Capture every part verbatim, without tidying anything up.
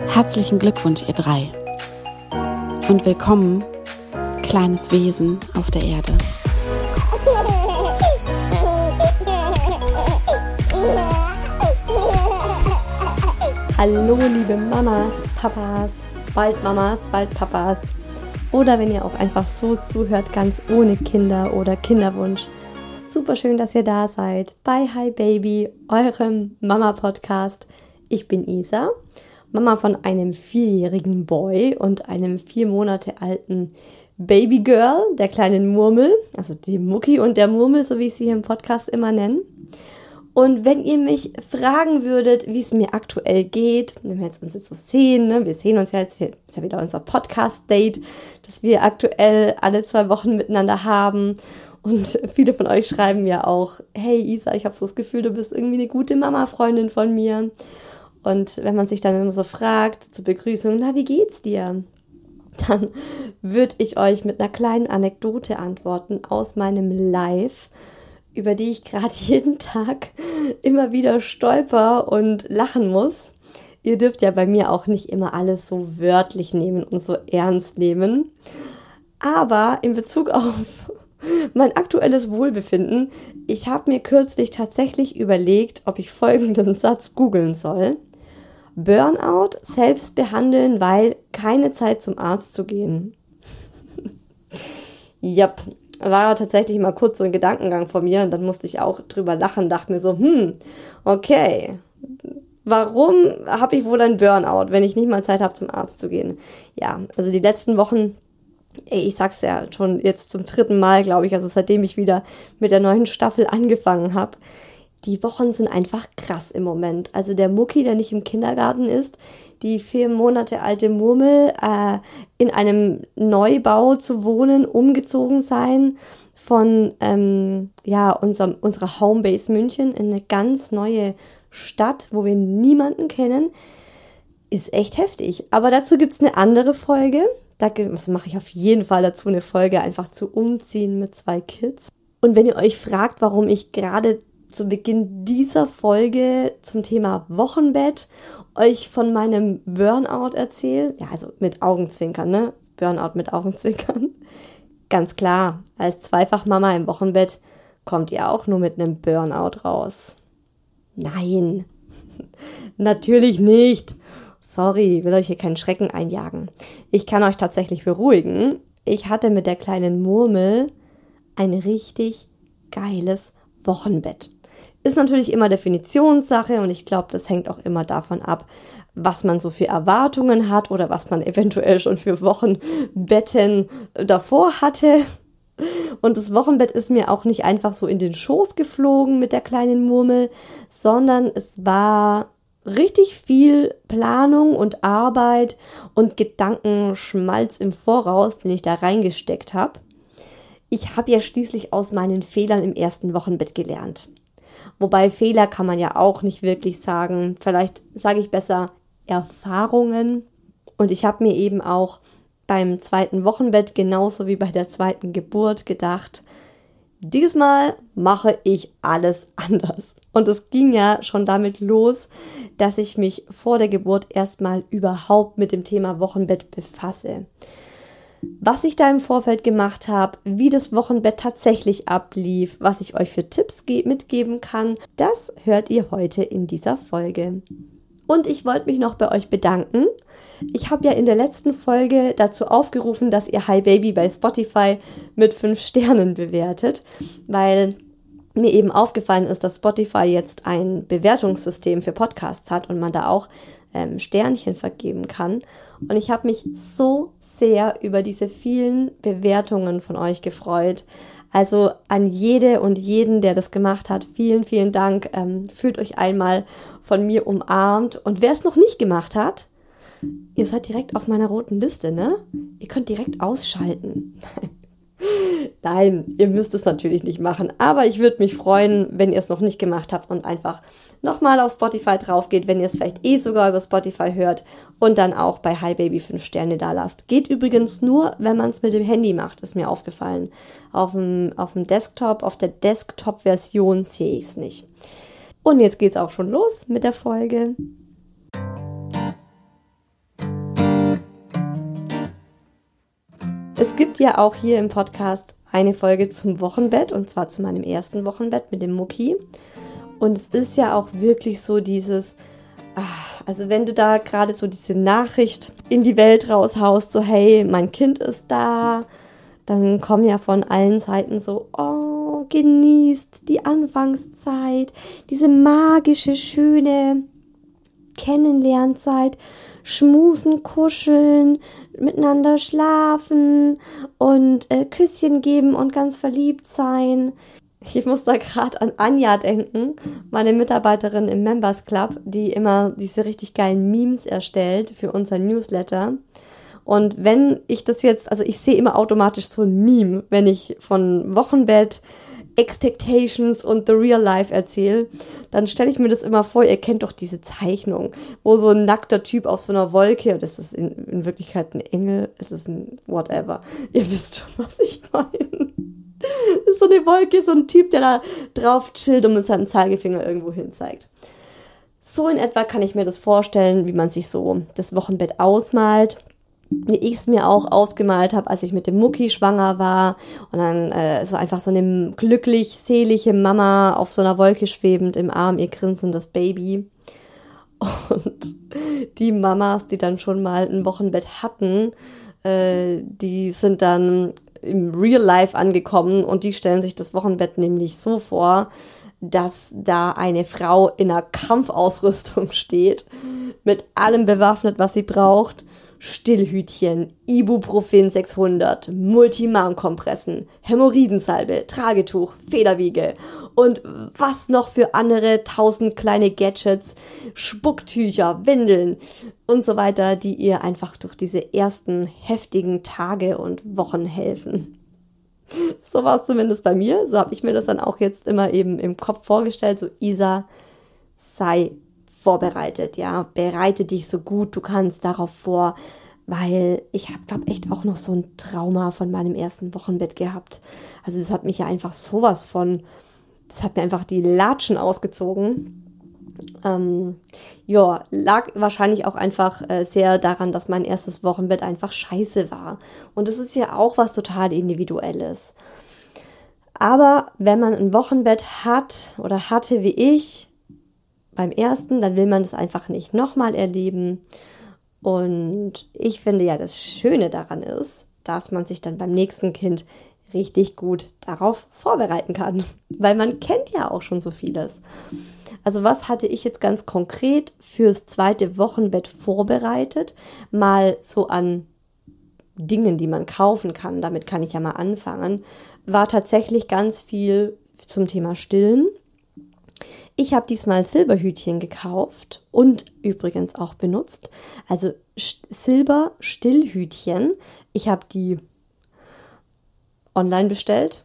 Herzlichen Glückwunsch, ihr drei. Und willkommen, kleines Wesen auf der Erde. Hallo, liebe Mamas, Papas, bald Mamas, bald Papas. Oder wenn ihr auch einfach so zuhört, ganz ohne Kinder oder Kinderwunsch. Super schön, dass ihr da seid bei Hi Baby, eurem Mama-Podcast. Ich bin Isa, Mama von einem vierjährigen Boy und einem vier Monate alten Babygirl, der kleinen Murmel, also die Mucki und der Murmel, so wie ich sie hier im Podcast immer nenne. Und wenn ihr mich fragen würdet, wie es mir aktuell geht, wenn wir jetzt uns jetzt so sehen, ne, wir sehen uns ja jetzt, wir, ist ja wieder unser Podcast-Date, das wir aktuell alle zwei Wochen miteinander haben. Und viele von euch schreiben ja auch, hey Isa, ich habe so das Gefühl, du bist irgendwie eine gute Mama-Freundin von mir. Und wenn man sich dann immer so fragt, zur Begrüßung, na, wie geht's dir? Dann würde ich euch mit einer kleinen Anekdote antworten aus meinem Live, über die ich gerade jeden Tag immer wieder stolper und lachen muss. Ihr dürft ja bei mir auch nicht immer alles so wörtlich nehmen und so ernst nehmen. Aber in Bezug auf mein aktuelles Wohlbefinden, ich habe mir kürzlich tatsächlich überlegt, ob ich folgenden Satz googeln soll. Burnout selbst behandeln, weil keine Zeit zum Arzt zu gehen. Jap, war tatsächlich mal kurz so ein Gedankengang von mir und dann musste ich auch drüber lachen, dachte mir so, hm, okay, warum habe ich wohl ein Burnout, wenn ich nicht mal Zeit habe zum Arzt zu gehen? Ja, also die letzten Wochen, ey, ich sag's ja schon jetzt zum dritten Mal, glaube ich, also seitdem ich wieder mit der neuen Staffel angefangen habe, die Wochen sind einfach krass im Moment. Also der Mucki, der nicht im Kindergarten ist, die vier Monate alte Murmel, äh, in einem Neubau zu wohnen, umgezogen sein von ähm, ja unserem unserer Homebase München in eine ganz neue Stadt, wo wir niemanden kennen, ist echt heftig. Aber dazu gibt's eine andere Folge. Da mache ich auf jeden Fall dazu eine Folge, einfach zu umziehen mit zwei Kids. Und wenn ihr euch fragt, warum ich gerade zu Beginn dieser Folge zum Thema Wochenbett euch von meinem Burnout erzähle, ja, also mit Augenzwinkern, ne? Burnout mit Augenzwinkern. Ganz klar, als Zweifachmama im Wochenbett kommt ihr auch nur mit einem Burnout raus. Nein, natürlich nicht. Sorry, will euch hier keinen Schrecken einjagen. Ich kann euch tatsächlich beruhigen. Ich hatte mit der kleinen Murmel ein richtig geiles Wochenbett. Ist natürlich immer Definitionssache und ich glaube, das hängt auch immer davon ab, was man so für Erwartungen hat oder was man eventuell schon für Wochenbetten davor hatte. Und das Wochenbett ist mir auch nicht einfach so in den Schoß geflogen mit der kleinen Murmel, sondern es war richtig viel Planung und Arbeit und Gedankenschmalz im Voraus, den ich da reingesteckt habe. Ich habe ja schließlich aus meinen Fehlern im ersten Wochenbett gelernt. Wobei Fehler kann man ja auch nicht wirklich sagen. Vielleicht sage ich besser Erfahrungen. Und ich habe mir eben auch beim zweiten Wochenbett genauso wie bei der zweiten Geburt gedacht, diesmal mache ich alles anders. Und es ging ja schon damit los, dass ich mich vor der Geburt erstmal überhaupt mit dem Thema Wochenbett befasse. Was ich da im Vorfeld gemacht habe, wie das Wochenbett tatsächlich ablief, was ich euch für Tipps ge- mitgeben kann, das hört ihr heute in dieser Folge. Und ich wollte mich noch bei euch bedanken. Ich habe ja in der letzten Folge dazu aufgerufen, dass ihr Hi Baby bei Spotify mit fünf Sternen bewertet, weil mir eben aufgefallen ist, dass Spotify jetzt ein Bewertungssystem für Podcasts hat und man da auch ähm, Sternchen vergeben kann. Und ich habe mich so sehr über diese vielen Bewertungen von euch gefreut. Also an jede und jeden, der das gemacht hat, vielen, vielen Dank. Ähm, fühlt euch einmal von mir umarmt. Und wer es noch nicht gemacht hat, ihr seid direkt auf meiner roten Liste, ne? Ihr könnt direkt ausschalten. Nein, ihr müsst es natürlich nicht machen, aber ich würde mich freuen, wenn ihr es noch nicht gemacht habt und einfach nochmal auf Spotify drauf geht, wenn ihr es vielleicht eh sogar über Spotify hört und dann auch bei Hi Baby fünf Sterne da lasst. Geht übrigens nur, wenn man es mit dem Handy macht, ist mir aufgefallen. Auf dem, auf dem Desktop, auf der Desktop-Version sehe ich es nicht. Und jetzt geht's auch schon los mit der Folge. ja auch hier im Podcast eine Folge zum Wochenbett, und zwar zu meinem ersten Wochenbett mit dem Mucki. Und es ist ja auch wirklich so dieses, ach, also wenn du da gerade so diese Nachricht in die Welt raushaust, so hey, mein Kind ist da, dann kommen ja von allen Seiten so, oh, genießt die Anfangszeit, diese magische, schöne Kennenlernzeit, schmusen, kuscheln, miteinander schlafen und äh, Küsschen geben und ganz verliebt sein. Ich muss da gerade an Anja denken, meine Mitarbeiterin im Members Club, die immer diese richtig geilen Memes erstellt für unser Newsletter. Und wenn ich das jetzt, also ich sehe immer automatisch so ein Meme, wenn ich von Wochenbett, Expectations und The Real Life erzähle, dann stelle ich mir das immer vor, ihr kennt doch diese Zeichnung, wo so ein nackter Typ auf so einer Wolke, das ist in, in Wirklichkeit ein Engel, es ist ein whatever, ihr wisst schon, was ich meine. Das ist so eine Wolke, so ein Typ, der da drauf chillt und mit seinem Zeigefinger irgendwo hin zeigt. So in etwa kann ich mir das vorstellen, wie man sich so das Wochenbett ausmalt. Wie ich es mir auch ausgemalt habe, als ich mit dem Mucki schwanger war und dann äh, so einfach so eine glücklich, selige Mama auf so einer Wolke schwebend im Arm, ihr grinsendes Baby. Und die Mamas, die dann schon mal ein Wochenbett hatten, äh, die sind dann im Real Life angekommen und die stellen sich das Wochenbett nämlich so vor, dass da eine Frau in einer Kampfausrüstung steht, mit allem bewaffnet, was sie braucht. Stillhütchen, Ibuprofen sechshundert, Multimarmkompressen, Hämorrhoidensalbe, Tragetuch, Federwiege und was noch für andere tausend kleine Gadgets, Spucktücher, Windeln und so weiter, die ihr einfach durch diese ersten heftigen Tage und Wochen helfen. So war es zumindest bei mir, so habe ich mir das dann auch jetzt immer eben im Kopf vorgestellt, so Isa, sei vorbereitet, ja, bereite dich so gut du kannst darauf vor, weil ich habe, glaube echt auch noch so ein Trauma von meinem ersten Wochenbett gehabt. Also das hat mich ja einfach sowas von, das hat mir einfach die Latschen ausgezogen. Ähm, ja, lag wahrscheinlich auch einfach äh, sehr daran, dass mein erstes Wochenbett einfach scheiße war. Und das ist ja auch was total Individuelles. Aber wenn man ein Wochenbett hat oder hatte wie ich, beim ersten, dann will man das einfach nicht nochmal erleben. Und ich finde ja, das Schöne daran ist, dass man sich dann beim nächsten Kind richtig gut darauf vorbereiten kann. Weil man kennt ja auch schon so vieles. Also was hatte ich jetzt ganz konkret fürs zweite Wochenbett vorbereitet? Mal so an Dingen, die man kaufen kann, damit kann ich ja mal anfangen, war tatsächlich ganz viel zum Thema Stillen. Ich habe diesmal Silberhütchen gekauft und übrigens auch benutzt. Also Silber-Stillhütchen. Ich habe die online bestellt.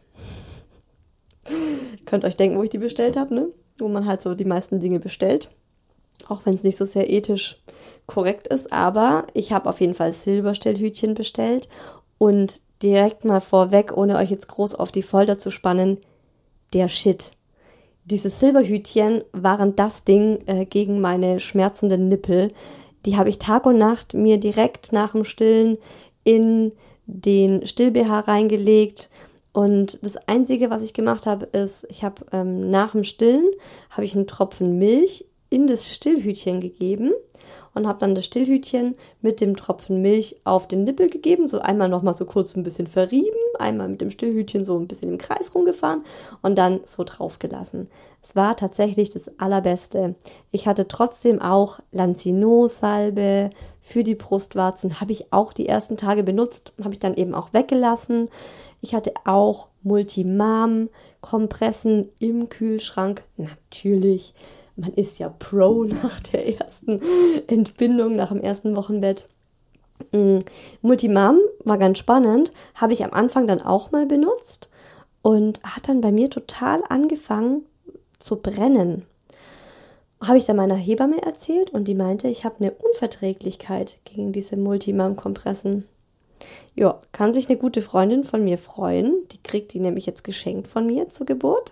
Könnt euch denken, wo ich die bestellt habe, ne? Wo man halt so die meisten Dinge bestellt. Auch wenn es nicht so sehr ethisch korrekt ist. Aber ich habe auf jeden Fall Silberstillhütchen bestellt. Und direkt mal vorweg, ohne euch jetzt groß auf die Folter zu spannen, der Shit. Diese Silberhütchen waren das Ding äh, gegen meine schmerzenden Nippel. Die habe ich Tag und Nacht mir direkt nach dem Stillen in den Still-B H reingelegt. Und das Einzige, was ich gemacht habe, ist, ich habe ähm, nach dem Stillen, habe ich einen Tropfen Milch in das Stillhütchen gegeben und habe dann das Stillhütchen mit dem Tropfen Milch auf den Nippel gegeben, so einmal nochmal so kurz ein bisschen verrieben, einmal mit dem Stillhütchen so ein bisschen im Kreis rumgefahren und dann so drauf gelassen. Es war tatsächlich das Allerbeste. Ich hatte trotzdem auch Lanzino-Salbe für die Brustwarzen, habe ich auch die ersten Tage benutzt, habe ich dann eben auch weggelassen. Ich hatte auch Multimarm-Kompressen im Kühlschrank, natürlich. Man ist ja Pro nach der ersten Entbindung, nach dem ersten Wochenbett. Mm, Multimarm war ganz spannend, habe ich am Anfang dann auch mal benutzt und hat dann bei mir total angefangen zu brennen. Habe ich dann meiner Hebamme erzählt und die meinte, ich habe eine Unverträglichkeit gegen diese Multimarm-Kompressen. Ja, kann sich eine gute Freundin von mir freuen. Die kriegt die nämlich jetzt geschenkt von mir zur Geburt.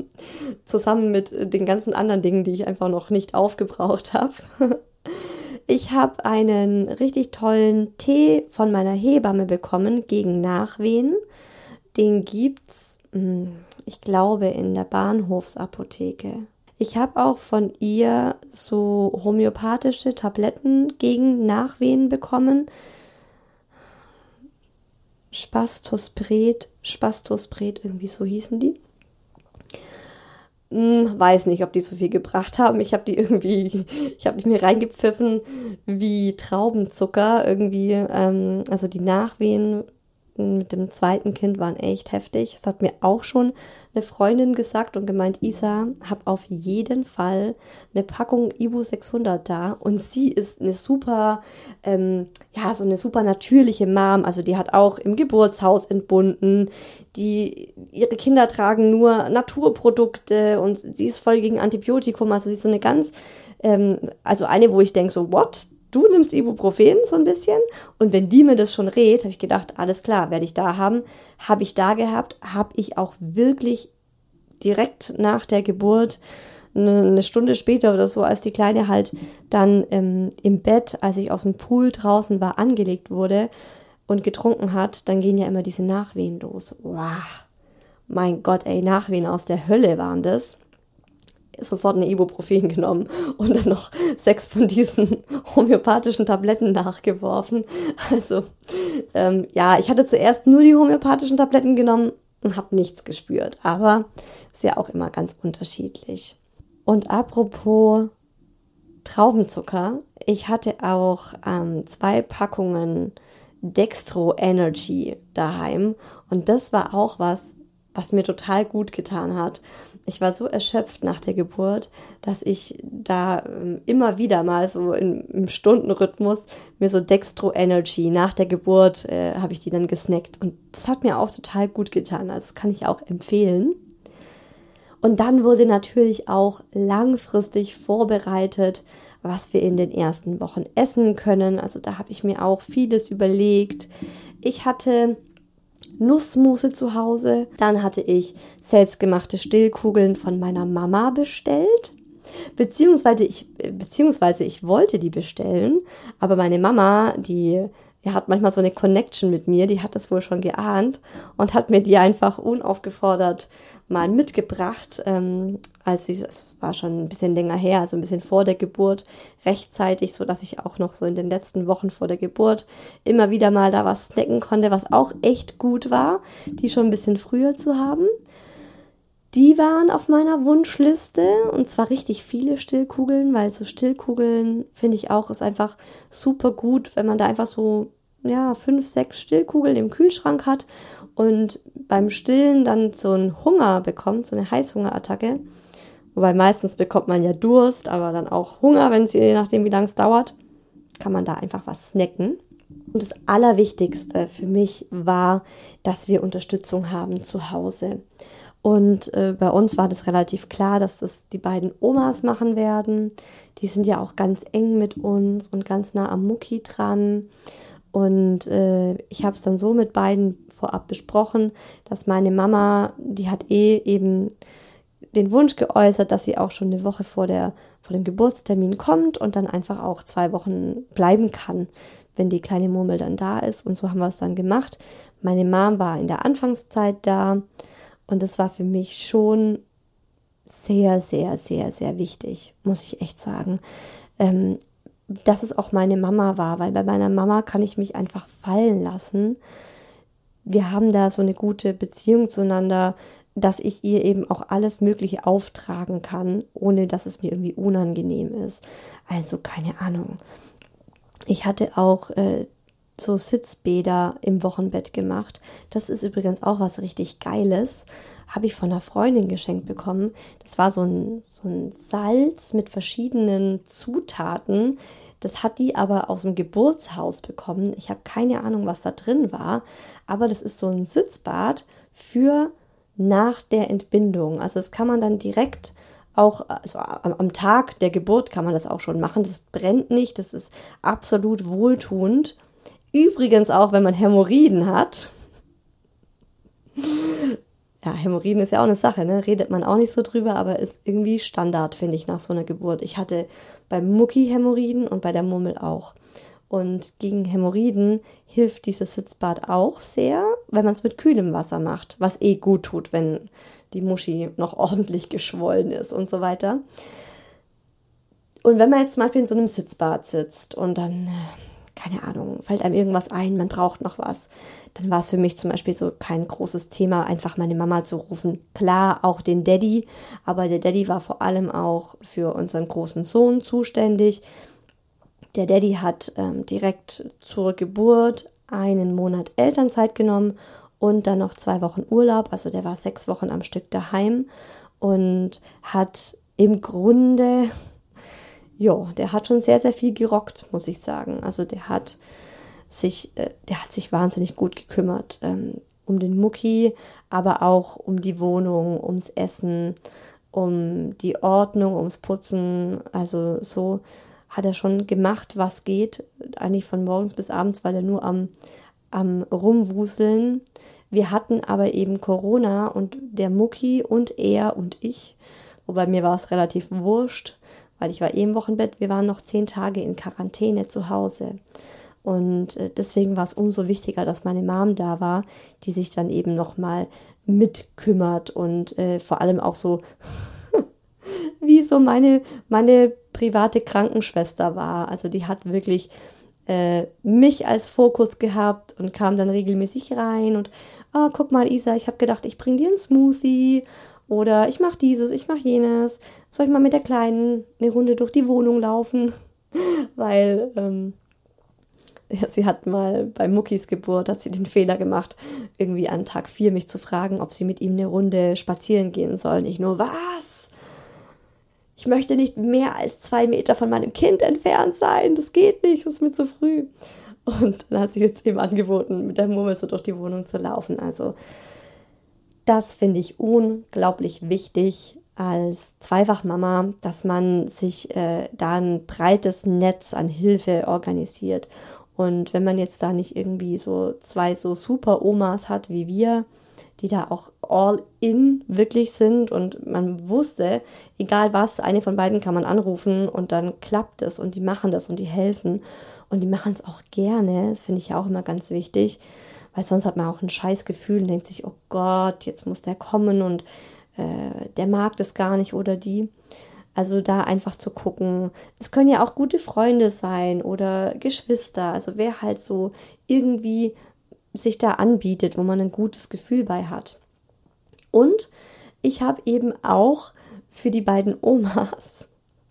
Zusammen mit den ganzen anderen Dingen, die ich einfach noch nicht aufgebraucht habe. Ich habe einen richtig tollen Tee von meiner Hebamme bekommen gegen Nachwehen. Den gibt's, ich glaube, in der Bahnhofsapotheke. Ich habe auch von ihr so homöopathische Tabletten gegen Nachwehen bekommen. Spastospret, Spastospret, irgendwie so hießen die. Hm, weiß nicht, ob die so viel gebracht haben. Ich habe die irgendwie, ich habe die mir reingepfiffen wie Traubenzucker irgendwie. Ähm, also die Nachwehen mit dem zweiten Kind waren echt heftig. Das hat mir auch schon eine Freundin gesagt und gemeint, Isa, hab auf jeden Fall eine Packung Ibu sechshundert da. Und sie ist eine super, ähm, ja, so eine super natürliche Mom. Also die hat auch im Geburtshaus entbunden. Die, ihre Kinder tragen nur Naturprodukte und sie ist voll gegen Antibiotikum. Also sie ist so eine ganz, ähm, also eine, wo ich denke so, what? Du nimmst Ibuprofen so ein bisschen und wenn die mir das schon rät, habe ich gedacht, alles klar, werde ich da haben. Habe ich da gehabt, habe ich auch wirklich direkt nach der Geburt, eine Stunde später oder so, als die Kleine halt dann ähm, im Bett, als ich aus dem Pool draußen war, angelegt wurde und getrunken hat, dann gehen ja immer diese Nachwehen los. Wow, mein Gott, ey, Nachwehen aus der Hölle waren das. Sofort eine Ibuprofen genommen und dann noch sechs von diesen homöopathischen Tabletten nachgeworfen. Also ähm, ja, ich hatte zuerst nur die homöopathischen Tabletten genommen und habe nichts gespürt. Aber ist ja auch immer ganz unterschiedlich. Und apropos Traubenzucker, ich hatte auch ähm, zwei Packungen Dextro Energy daheim und das war auch was, was mir total gut getan hat. Ich war so erschöpft nach der Geburt, dass ich da ähm, immer wieder mal so in, im Stundenrhythmus mir so Dextro Energy nach der Geburt äh, habe ich die dann gesnackt. Und das hat mir auch total gut getan. Also das kann ich auch empfehlen. Und dann wurde natürlich auch langfristig vorbereitet, was wir in den ersten Wochen essen können. Also da habe ich mir auch vieles überlegt. Ich hatte Nussmusse zu Hause. Dann hatte ich selbstgemachte Stillkugeln von meiner Mama bestellt. Beziehungsweise ich, beziehungsweise ich wollte die bestellen, aber meine Mama, die ja, hat manchmal so eine Connection mit mir, die hat das wohl schon geahnt und hat mir die einfach unaufgefordert mal mitgebracht, ähm, als ich, es war schon ein bisschen länger her, also ein bisschen vor der Geburt, rechtzeitig, so dass ich auch noch so in den letzten Wochen vor der Geburt immer wieder mal da was snacken konnte, was auch echt gut war, die schon ein bisschen früher zu haben. Die waren auf meiner Wunschliste und zwar richtig viele Stillkugeln, weil so Stillkugeln finde ich auch ist einfach super gut, wenn man da einfach so ja fünf, sechs Stillkugeln im Kühlschrank hat und beim Stillen dann so einen Hunger bekommt, so eine Heißhungerattacke. Wobei meistens bekommt man ja Durst, aber dann auch Hunger, wenn es je nachdem wie lange es dauert, kann man da einfach was snacken. Und das Allerwichtigste für mich war, dass wir Unterstützung haben zu Hause. Und äh, bei uns war das relativ klar, dass das die beiden Omas machen werden. Die sind ja auch ganz eng mit uns und ganz nah am Mucki dran. Und äh, ich habe es dann so mit beiden vorab besprochen, dass meine Mama, die hat eh eben den Wunsch geäußert, dass sie auch schon eine Woche vor der vor dem Geburtstermin kommt und dann einfach auch zwei Wochen bleiben kann, wenn die kleine Murmel dann da ist. Und so haben wir es dann gemacht. Meine Mom war in der Anfangszeit da. Und das war für mich schon sehr, sehr, sehr, sehr wichtig, muss ich echt sagen, ähm, dass es auch meine Mama war, weil bei meiner Mama kann ich mich einfach fallen lassen. Wir haben da so eine gute Beziehung zueinander, dass ich ihr eben auch alles Mögliche auftragen kann, ohne dass es mir irgendwie unangenehm ist. Also keine Ahnung. Ich hatte auch äh, so Sitzbäder im Wochenbett gemacht. Das ist übrigens auch was richtig Geiles. Habe ich von einer Freundin geschenkt bekommen. Das war so ein, so ein Salz mit verschiedenen Zutaten. Das hat die aber aus dem Geburtshaus bekommen. Ich habe keine Ahnung, was da drin war. Aber das ist so ein Sitzbad für nach der Entbindung. Also das kann man dann direkt auch, also am Tag der Geburt kann man das auch schon machen. Das brennt nicht. Das ist absolut wohltuend. Übrigens auch, wenn man Hämorrhoiden hat. ja, Hämorrhoiden ist ja auch eine Sache, ne? Redet man auch nicht so drüber, aber ist irgendwie Standard, finde ich, nach so einer Geburt. Ich hatte beim Mucki Hämorrhoiden und bei der Murmel auch. Und gegen Hämorrhoiden hilft dieses Sitzbad auch sehr, wenn man es mit kühlem Wasser macht, was eh gut tut, wenn die Muschi noch ordentlich geschwollen ist und so weiter. Und wenn man jetzt zum Beispiel in so einem Sitzbad sitzt und dann, keine Ahnung, fällt einem irgendwas ein, man braucht noch was, dann war es für mich zum Beispiel so kein großes Thema, einfach meine Mama zu rufen. Klar, auch den Daddy, aber der Daddy war vor allem auch für unseren großen Sohn zuständig. Der Daddy hat ähm, direkt zur Geburt einen Monat Elternzeit genommen und dann noch zwei Wochen Urlaub. Also der war sechs Wochen am Stück daheim und hat im Grunde, ja, der hat schon sehr, sehr viel gerockt, muss ich sagen. Also der hat sich, äh, der hat sich wahnsinnig gut gekümmert ähm, um den Mucki, aber auch um die Wohnung, ums Essen, um die Ordnung, ums Putzen. Also so hat er schon gemacht, was geht, eigentlich von morgens bis abends, weil er nur am, am Rumwuseln. Wir hatten aber eben Corona und der Mucki und er und ich, wobei mir war es relativ wurscht, weil ich war eh im Wochenbett, wir waren noch zehn Tage in Quarantäne zu Hause. Und deswegen war es umso wichtiger, dass meine Mom da war, die sich dann eben nochmal mitkümmert und äh, vor allem auch so wie so meine, meine private Krankenschwester war. Also die hat wirklich äh, mich als Fokus gehabt und kam dann regelmäßig rein und oh, guck mal Isa, ich habe gedacht, ich bringe dir einen Smoothie oder ich mache dieses, ich mache jenes. Soll ich mal mit der Kleinen eine Runde durch die Wohnung laufen? Weil ähm, ja, sie hat mal bei Muckis Geburt, hat sie den Fehler gemacht, irgendwie an Tag vier mich zu fragen, ob sie mit ihm eine Runde spazieren gehen sollen. Ich nur, was? Ich möchte nicht mehr als zwei Meter von meinem Kind entfernt sein. Das geht nicht, das ist mir zu früh. Und dann hat sie jetzt eben angeboten, mit der Murmel so durch die Wohnung zu laufen. Also das finde ich unglaublich wichtig als Zweifachmama, dass man sich äh, da ein breites Netz an Hilfe organisiert. Und wenn man jetzt da nicht irgendwie so zwei so super Omas hat wie wir, die da auch all in wirklich sind und man wusste, egal was, eine von beiden kann man anrufen und dann klappt es und die machen das und die helfen und die machen es auch gerne, das finde ich ja auch immer ganz wichtig, weil sonst hat man auch ein scheiß Gefühl und denkt sich, oh Gott, jetzt muss der kommen und äh, der mag das gar nicht oder die. Also da einfach zu gucken, es können ja auch gute Freunde sein oder Geschwister, also wer halt so irgendwie sich da anbietet, wo man ein gutes Gefühl bei hat. Und ich habe eben auch für die beiden Omas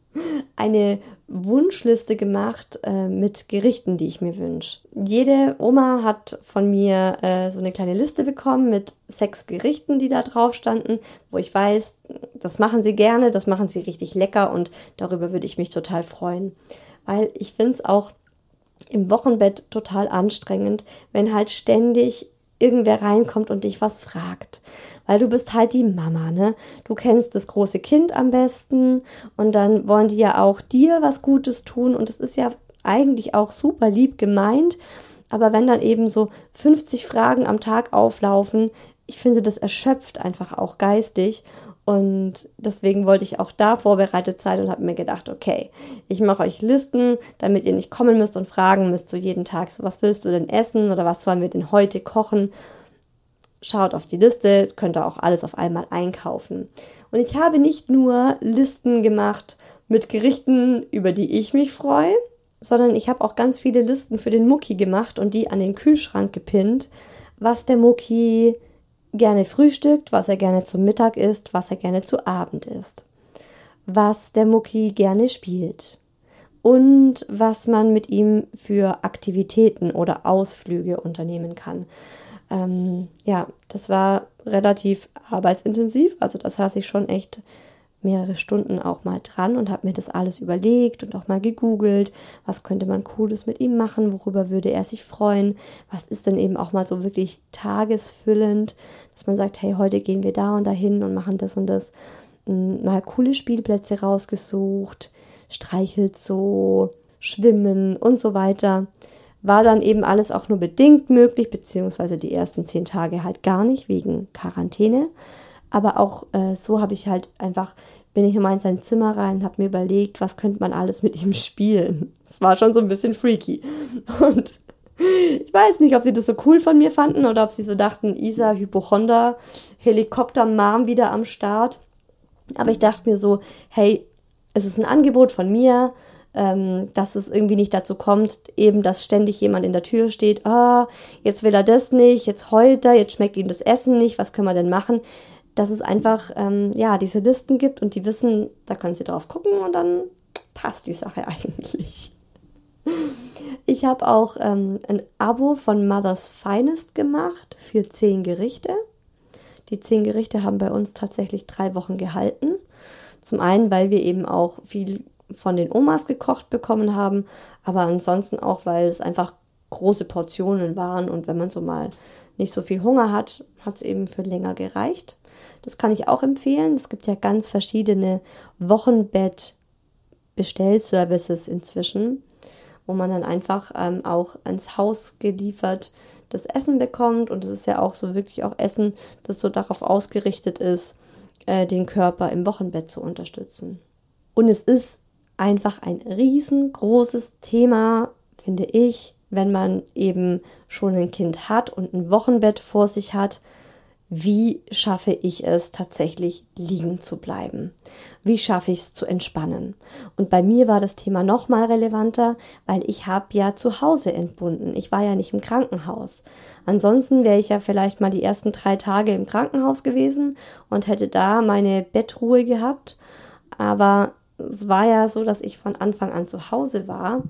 eine Wunschliste gemacht äh, mit Gerichten, die ich mir wünsche. Jede Oma hat von mir äh, so eine kleine Liste bekommen mit sechs Gerichten, die da drauf standen, wo ich weiß, das machen sie gerne, das machen sie richtig lecker und darüber würde ich mich total freuen. Weil ich finde es auch im Wochenbett total anstrengend, wenn halt ständig irgendwer reinkommt und dich was fragt. Weil du bist halt die Mama, ne? Du kennst das große Kind am besten und dann wollen die ja auch dir was Gutes tun und es ist ja eigentlich auch super lieb gemeint, aber wenn dann eben so fünfzig Fragen am Tag auflaufen, ich finde, das erschöpft einfach auch geistig. Und deswegen wollte ich auch da vorbereitet sein und habe mir gedacht, okay, ich mache euch Listen, damit ihr nicht kommen müsst und fragen müsst so jeden Tag, so was willst du denn essen oder was sollen wir denn heute kochen? Schaut auf die Liste, könnt ihr auch alles auf einmal einkaufen. Und ich habe nicht nur Listen gemacht mit Gerichten, über die ich mich freue, sondern ich habe auch ganz viele Listen für den Mucki gemacht und die an den Kühlschrank gepinnt, was der Mucki gerne frühstückt, was er gerne zum Mittag isst, was er gerne zu Abend isst, was der Mucki gerne spielt und was man mit ihm für Aktivitäten oder Ausflüge unternehmen kann. Ähm, ja, das war relativ arbeitsintensiv, also das saß ich schon echt mehrere Stunden auch mal dran und habe mir das alles überlegt und auch mal gegoogelt, was könnte man Cooles mit ihm machen, worüber würde er sich freuen, was ist denn eben auch mal so wirklich tagesfüllend, dass man sagt, hey, heute gehen wir da und dahin und machen das und das, mal coole Spielplätze rausgesucht, streichelt so, schwimmen und so weiter. war dann eben alles auch nur bedingt möglich, beziehungsweise die ersten zehn Tage halt gar nicht, wegen Quarantäne. Aber auch äh, so habe ich halt einfach, bin ich nochmal in sein Zimmer rein, habe mir überlegt, was könnte man alles mit ihm spielen. Das war schon so ein bisschen freaky. Und ich weiß nicht, ob sie das so cool von mir fanden oder ob sie so dachten, Isa, Hypochonder, Helikopter-Mom wieder am Start. Aber ich dachte mir so, hey, es ist ein Angebot von mir, ähm, dass es irgendwie nicht dazu kommt, eben, dass ständig jemand in der Tür steht, ah, jetzt will er das nicht, jetzt heult er, jetzt schmeckt ihm das Essen nicht, was können wir denn machen? Dass es einfach, ähm, ja, diese Listen gibt und die wissen, da können sie drauf gucken und dann passt die Sache eigentlich. Ich habe auch ähm, ein Abo von Mother's Finest gemacht für zehn Gerichte. Die zehn Gerichte haben bei uns tatsächlich drei Wochen gehalten. Zum einen, weil wir eben auch viel von den Omas gekocht bekommen haben, aber ansonsten auch, weil es einfach große Portionen waren und wenn man so mal nicht so viel Hunger hat, hat es eben für länger gereicht. Das kann ich auch empfehlen. Es gibt ja ganz verschiedene Wochenbett-Bestellservices inzwischen, wo man dann einfach ähm, auch ans Haus geliefert das Essen bekommt. Und es ist ja auch so wirklich auch Essen, das so darauf ausgerichtet ist, äh, den Körper im Wochenbett zu unterstützen. Und es ist einfach ein riesengroßes Thema, finde ich, wenn man eben schon ein Kind hat und ein Wochenbett vor sich hat. Wie schaffe ich es tatsächlich liegen zu bleiben? Wie schaffe ich es zu entspannen? Und bei mir war das Thema noch mal relevanter, weil ich habe ja zu Hause entbunden. Ich war ja nicht im Krankenhaus. Ansonsten wäre ich ja vielleicht mal die ersten drei Tage im Krankenhaus gewesen und hätte da meine Bettruhe gehabt. Aber es war ja so, dass ich von Anfang an zu Hause war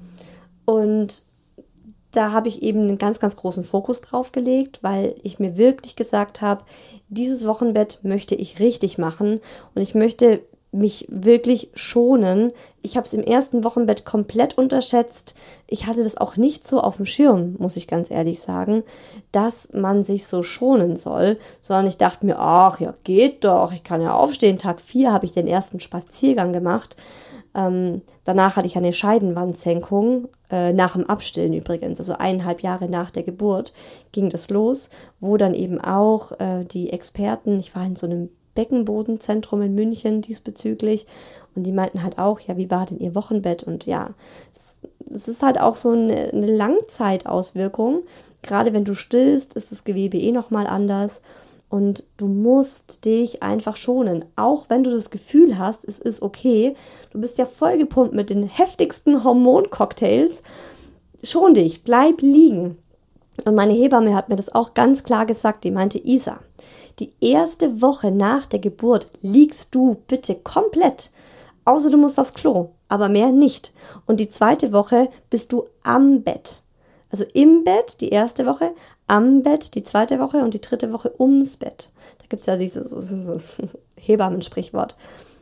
und da habe ich eben einen ganz, ganz großen Fokus drauf gelegt, weil ich mir wirklich gesagt habe, dieses Wochenbett möchte ich richtig machen und ich möchte mich wirklich schonen. Ich habe es im ersten Wochenbett komplett unterschätzt. Ich hatte das auch nicht so auf dem Schirm, muss ich ganz ehrlich sagen, dass man sich so schonen soll, sondern ich dachte mir, ach ja, geht doch, ich kann ja aufstehen. Tag vier habe ich den ersten Spaziergang gemacht. Ähm, danach hatte ich eine Scheidenwandsenkung, äh, nach dem Abstillen übrigens, also eineinhalb Jahre nach der Geburt ging das los, wo dann eben auch äh, die Experten, ich war in so einem Beckenbodenzentrum in München diesbezüglich und die meinten halt auch, ja, wie war denn ihr Wochenbett? Und ja, es, es ist halt auch so eine, eine Langzeitauswirkung, gerade wenn du stillst, ist das Gewebe eh nochmal anders. Und du musst dich einfach schonen, auch wenn du das Gefühl hast, es ist okay. Du bist ja vollgepumpt mit den heftigsten Hormoncocktails. Schon dich, bleib liegen. Und meine Hebamme hat mir das auch ganz klar gesagt. Die meinte, Isa, die erste Woche nach der Geburt liegst du bitte komplett. Außer du musst aufs Klo, aber mehr nicht. Und die zweite Woche bist du am Bett. Also im Bett, die erste Woche, am Bett, die zweite Woche und die dritte Woche ums Bett. Da gibt es ja dieses so, so Hebammensprichwort.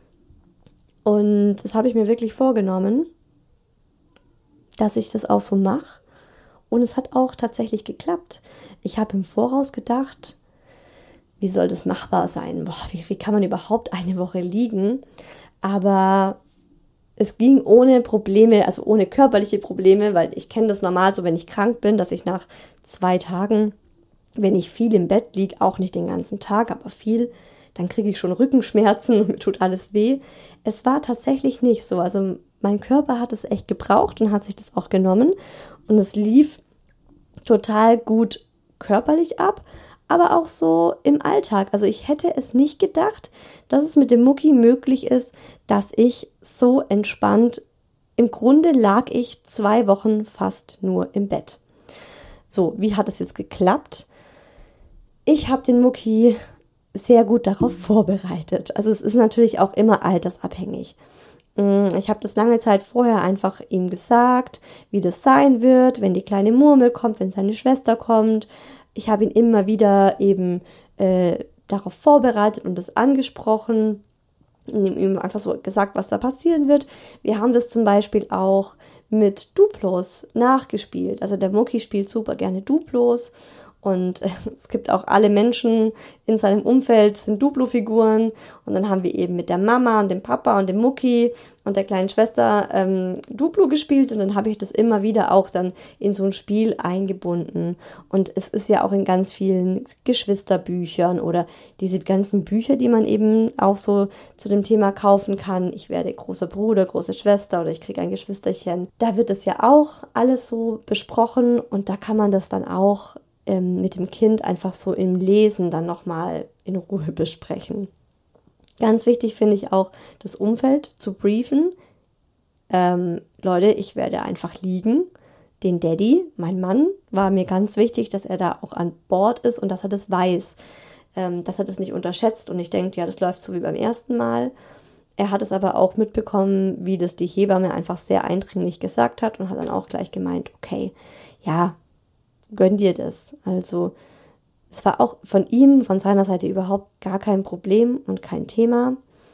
Und das habe ich mir wirklich vorgenommen, dass ich das auch so mache. Und es hat auch tatsächlich geklappt. Ich habe im Voraus gedacht, wie soll das machbar sein? Boah, wie, wie kann man überhaupt eine Woche liegen? Aber es ging ohne Probleme, also ohne körperliche Probleme, weil ich kenne das normal so, wenn ich krank bin, dass ich nach zwei Tagen, wenn ich viel im Bett liege, auch nicht den ganzen Tag, aber viel, dann kriege ich schon Rückenschmerzen und mir tut alles weh. Es war tatsächlich nicht so. Also mein Körper hat es echt gebraucht und hat sich das auch genommen und es lief total gut körperlich ab, aber auch so im Alltag. Also ich hätte es nicht gedacht, dass es mit dem Mucki möglich ist, dass ich so entspannt, im Grunde lag ich zwei Wochen fast nur im Bett. So, wie hat es jetzt geklappt? Ich habe den Mucki sehr gut darauf vorbereitet. Also es ist natürlich auch immer altersabhängig. Ich habe das lange Zeit vorher einfach ihm gesagt, wie das sein wird, wenn die kleine Murmel kommt, wenn seine Schwester kommt. Ich habe ihn immer wieder eben äh, darauf vorbereitet und das angesprochen und ihm einfach so gesagt, was da passieren wird. Wir haben das zum Beispiel auch mit Duplos nachgespielt. Also der Mucki spielt super gerne Duplos Und äh, es gibt auch alle Menschen in seinem Umfeld sind Duplo-Figuren. Und dann haben wir eben mit der Mama und dem Papa und dem Mucki und der kleinen Schwester ähm, Duplo gespielt. Und dann habe ich das immer wieder auch dann in so ein Spiel eingebunden. Und es ist ja auch in ganz vielen Geschwisterbüchern oder diese ganzen Bücher, die man eben auch so zu dem Thema kaufen kann. Ich werde großer Bruder, große Schwester oder ich kriege ein Geschwisterchen. Da wird es ja auch alles so besprochen und da kann man das dann auch mit dem Kind einfach so im Lesen dann nochmal in Ruhe besprechen. Ganz wichtig finde ich auch, das Umfeld zu briefen. Ähm, Leute, ich werde einfach liegen. Den Daddy, mein Mann, war mir ganz wichtig, dass er da auch an Bord ist und dass er das weiß, ähm, dass er das nicht unterschätzt und nicht denkt, ja, das läuft so wie beim ersten Mal. Er hat es aber auch mitbekommen, wie das die Hebamme einfach sehr eindringlich gesagt hat und hat dann auch gleich gemeint, okay, ja, gönn dir das. Also es war auch von ihm, von seiner Seite überhaupt gar kein Problem und kein Thema.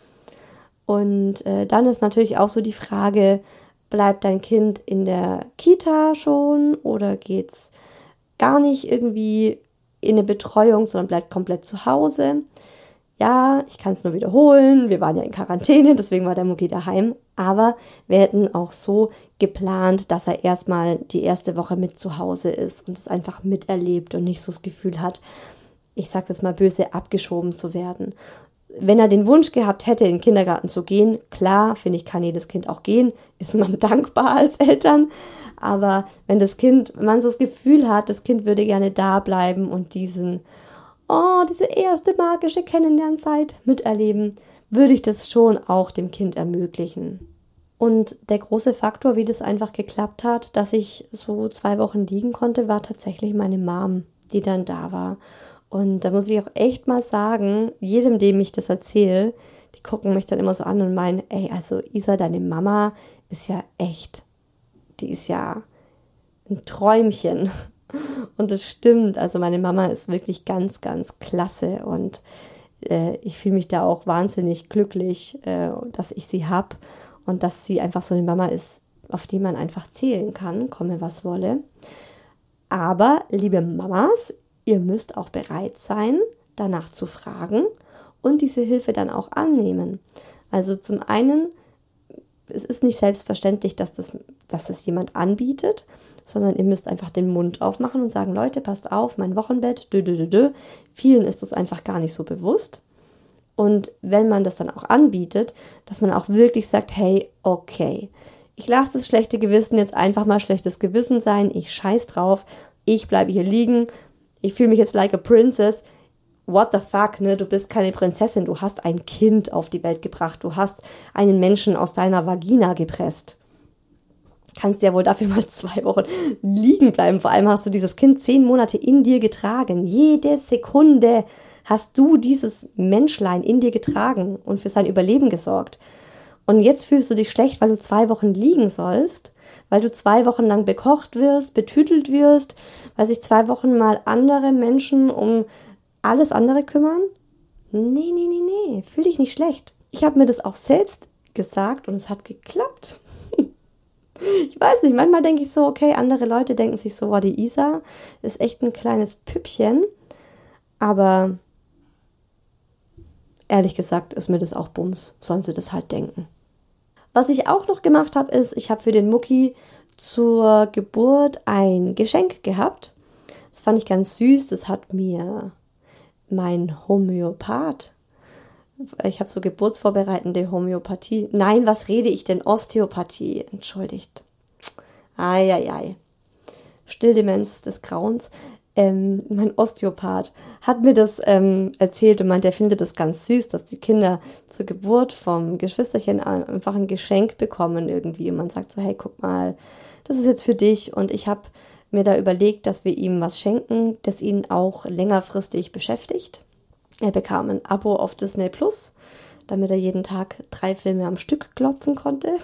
Und äh, dann ist natürlich auch so die Frage, bleibt dein Kind in der Kita schon oder geht's gar nicht irgendwie in eine Betreuung, sondern bleibt komplett zu Hause? Ja, ich kann es nur wiederholen, wir waren ja in Quarantäne, deswegen war der Mucki daheim, aber wir hätten auch so geplant, dass er erstmal die erste Woche mit zu Hause ist und es einfach miterlebt und nicht so das Gefühl hat, ich sage jetzt mal böse, abgeschoben zu werden. Wenn er den Wunsch gehabt hätte, in den Kindergarten zu gehen, klar, finde ich, kann jedes Kind auch gehen, ist man dankbar als Eltern, aber wenn das Kind, wenn man so das Gefühl hat, das Kind würde gerne da bleiben und diesen oh, diese erste magische Kennenlernzeit miterleben, würde ich das schon auch dem Kind ermöglichen. Und der große Faktor, wie das einfach geklappt hat, dass ich so zwei Wochen liegen konnte, war tatsächlich meine Mom, die dann da war. Und da muss ich auch echt mal sagen, jedem, dem ich das erzähle, die gucken mich dann immer so an und meinen, ey, also Isa, deine Mama ist ja echt, die ist ja ein Träumchen. Und das stimmt, also meine Mama ist wirklich ganz, ganz klasse und äh, ich fühle mich da auch wahnsinnig glücklich, äh, dass ich sie habe und dass sie einfach so eine Mama ist, auf die man einfach zählen kann, komme was wolle. Aber, liebe Mamas, ihr müsst auch bereit sein, danach zu fragen und diese Hilfe dann auch annehmen. Also zum einen, es ist nicht selbstverständlich, dass das, dass das jemand anbietet, sondern ihr müsst einfach den Mund aufmachen und sagen, Leute, passt auf, mein Wochenbett, dö, dö, dö, dö. Vielen ist das einfach gar nicht so bewusst. Und wenn man das dann auch anbietet, dass man auch wirklich sagt, hey, okay, ich lasse das schlechte Gewissen jetzt einfach mal schlechtes Gewissen sein, ich scheiß drauf, ich bleibe hier liegen, ich fühle mich jetzt like a princess. What the fuck, ne? Du bist keine Prinzessin, du hast ein Kind auf die Welt gebracht, du hast einen Menschen aus deiner Vagina gepresst. Kannst ja wohl dafür mal zwei Wochen liegen bleiben. Vor allem hast du dieses Kind zehn Monate in dir getragen. Jede Sekunde hast du dieses Menschlein in dir getragen und für sein Überleben gesorgt. Und jetzt fühlst du dich schlecht, weil du zwei Wochen liegen sollst, weil du zwei Wochen lang bekocht wirst, betütelt wirst, weil sich zwei Wochen mal andere Menschen um alles andere kümmern? Nee, nee, nee, nee, fühl dich nicht schlecht. Ich habe mir das auch selbst gesagt und es hat geklappt. Ich weiß nicht, manchmal denke ich so, okay, andere Leute denken sich so, wow, die Isa ist echt ein kleines Püppchen, aber ehrlich gesagt ist mir das auch Bums, sollen sie das halt denken. Was ich auch noch gemacht habe, ist, ich habe für den Mucki zur Geburt ein Geschenk gehabt. Das fand ich ganz süß, das hat mir mein Homöopath, ich habe so geburtsvorbereitende Homöopathie. Nein, was rede ich denn? Osteopathie, entschuldigt. Eieiei. Stilldemenz des Grauens. Ähm, mein Osteopath hat mir das ähm, erzählt und meint, er findet das ganz süß, dass die Kinder zur Geburt vom Geschwisterchen einfach ein Geschenk bekommen irgendwie. Und man sagt so, hey, guck mal, das ist jetzt für dich. Und ich habe mir da überlegt, dass wir ihm was schenken, das ihn auch längerfristig beschäftigt. Er bekam ein Abo auf Disney Plus, damit er jeden Tag drei Filme am Stück glotzen konnte.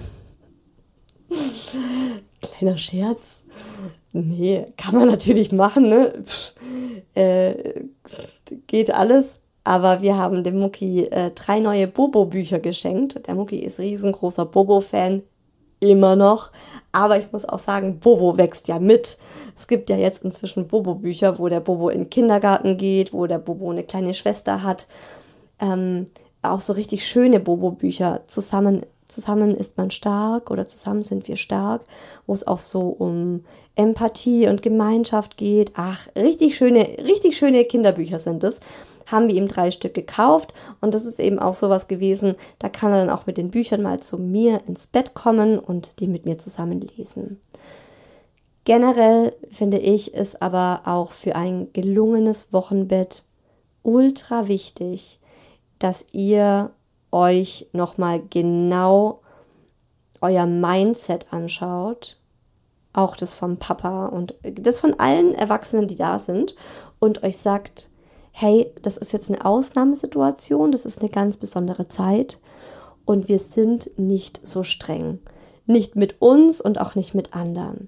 Kleiner Scherz. Nee, kann man natürlich machen, ne? Pff, äh, geht alles. Aber wir haben dem Mucki äh, drei neue Bobo-Bücher geschenkt. Der Mucki ist riesengroßer Bobo-Fan. Immer noch. Aber ich muss auch sagen, Bobo wächst ja mit. Es gibt ja jetzt inzwischen Bobo-Bücher, wo der Bobo in den Kindergarten geht, wo der Bobo eine kleine Schwester hat. Ähm, auch so richtig schöne Bobo-Bücher. Zusammen, zusammen ist man stark oder zusammen sind wir stark, wo es auch so um Empathie und Gemeinschaft geht. Ach, richtig schöne, richtig schöne Kinderbücher sind es. Haben wir ihm drei Stück gekauft und das ist eben auch sowas gewesen, da kann er dann auch mit den Büchern mal zu mir ins Bett kommen und die mit mir zusammen lesen. Generell finde ich es aber auch für ein gelungenes Wochenbett ultra wichtig, dass ihr euch nochmal genau euer Mindset anschaut, auch das vom Papa und das von allen Erwachsenen, die da sind, und euch sagt, hey, das ist jetzt eine Ausnahmesituation, das ist eine ganz besondere Zeit und wir sind nicht so streng. Nicht mit uns und auch nicht mit anderen.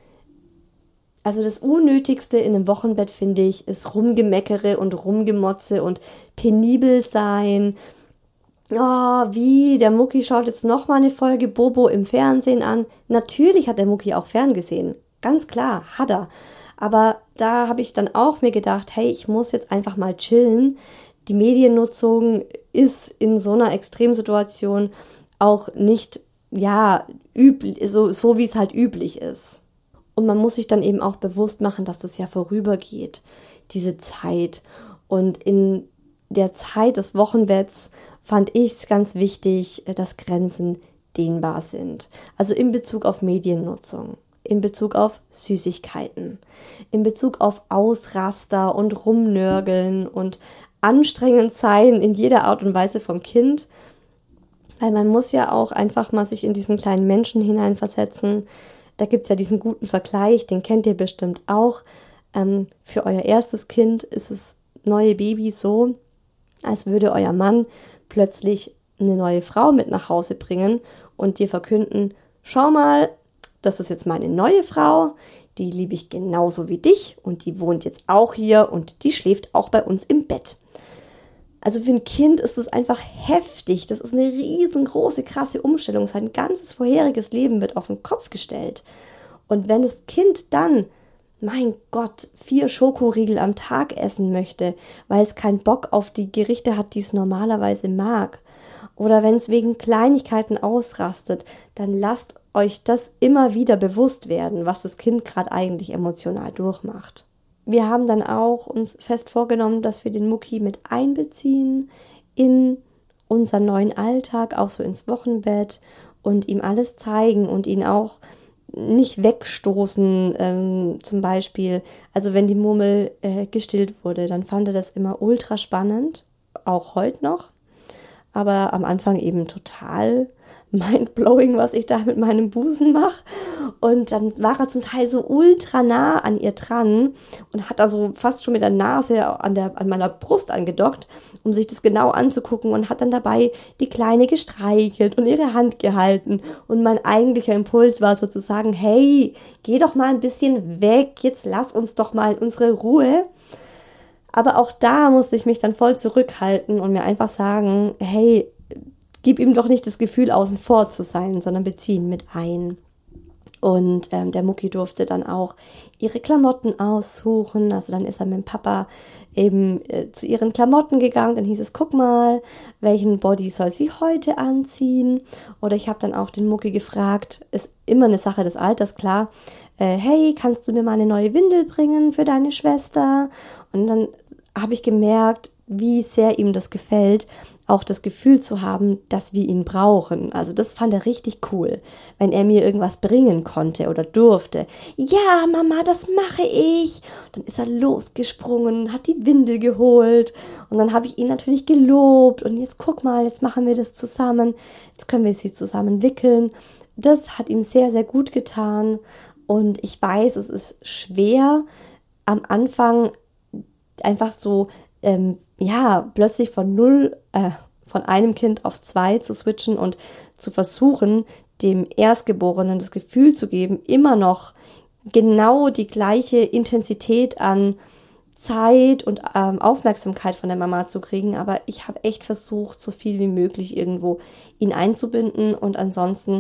Also das Unnötigste in einem Wochenbett, finde ich, ist Rumgemeckere und Rumgemotze und penibel sein. Oh, wie, der Mucki schaut jetzt nochmal eine Folge Bobo im Fernsehen an. Natürlich hat der Mucki auch ferngesehen. Ganz klar, hat er. Aber da habe ich dann auch mir gedacht, hey, ich muss jetzt einfach mal chillen. Die Mediennutzung ist in so einer Extremsituation auch nicht, ja, üblich, so, so wie es halt üblich ist. Und man muss sich dann eben auch bewusst machen, dass das ja vorübergeht, diese Zeit. Und in der Zeit des Wochenbetts fand ich es ganz wichtig, dass Grenzen dehnbar sind. Also in Bezug auf Mediennutzung, in Bezug auf Süßigkeiten, in Bezug auf Ausraster und Rumnörgeln und anstrengend sein in jeder Art und Weise vom Kind. Weil man muss ja auch einfach mal sich in diesen kleinen Menschen hineinversetzen. Da gibt es ja diesen guten Vergleich, den kennt ihr bestimmt auch. Ähm, für euer erstes Kind ist es neue Baby so, als würde euer Mann plötzlich eine neue Frau mit nach Hause bringen und dir verkünden, schau mal, das ist jetzt meine neue Frau, die liebe ich genauso wie dich und die wohnt jetzt auch hier und die schläft auch bei uns im Bett. Also für ein Kind ist es einfach heftig, das ist eine riesengroße, krasse Umstellung, sein ganzes vorheriges Leben wird auf den Kopf gestellt. Und wenn das Kind dann, mein Gott, vier Schokoriegel am Tag essen möchte, weil es keinen Bock auf die Gerichte hat, die es normalerweise mag, oder wenn es wegen Kleinigkeiten ausrastet, dann lasst euch das immer wieder bewusst werden, was das Kind gerade eigentlich emotional durchmacht. Wir haben dann auch uns fest vorgenommen, dass wir den Mucki mit einbeziehen in unseren neuen Alltag, auch so ins Wochenbett und ihm alles zeigen und ihn auch nicht wegstoßen, ähm, zum Beispiel. Also wenn die Murmel äh, gestillt wurde, dann fand er das immer ultra spannend, auch heute noch, aber am Anfang eben total mindblowing, was ich da mit meinem Busen mache. Und dann war er zum Teil so ultra nah an ihr dran und hat da so fast schon mit der Nase an, der, an meiner Brust angedockt, um sich das genau anzugucken, und hat dann dabei die Kleine gestreichelt und ihre Hand gehalten. Und mein eigentlicher Impuls war sozusagen, hey, geh doch mal ein bisschen weg, jetzt lass uns doch mal unsere Ruhe. Aber auch da musste ich mich dann voll zurückhalten und mir einfach sagen, hey, gib ihm doch nicht das Gefühl, außen vor zu sein, sondern bezieh ihn mit ein. Und ähm, der Mucki durfte dann auch ihre Klamotten aussuchen. Also dann ist er mit dem Papa eben äh, zu ihren Klamotten gegangen. Dann hieß es, guck mal, welchen Body soll sie heute anziehen? Oder ich habe dann auch den Mucki gefragt, ist immer eine Sache des Alters, klar. Äh, hey, kannst du mir mal eine neue Windel bringen für deine Schwester? Und dann habe ich gemerkt, wie sehr ihm das gefällt, auch das Gefühl zu haben, dass wir ihn brauchen. Also das fand er richtig cool, wenn er mir irgendwas bringen konnte oder durfte. Ja, Mama, das mache ich. Dann ist er losgesprungen, hat die Windel geholt und dann habe ich ihn natürlich gelobt und jetzt guck mal, jetzt machen wir das zusammen, jetzt können wir sie zusammen wickeln. Das hat ihm sehr, sehr gut getan und ich weiß, es ist schwer am Anfang einfach so ähm, ja, plötzlich von null, äh, von einem Kind auf zwei zu switchen und zu versuchen, dem Erstgeborenen das Gefühl zu geben, immer noch genau die gleiche Intensität an Zeit und ähm, Aufmerksamkeit von der Mama zu kriegen. Aber ich habe echt versucht, so viel wie möglich irgendwo ihn einzubinden und ansonsten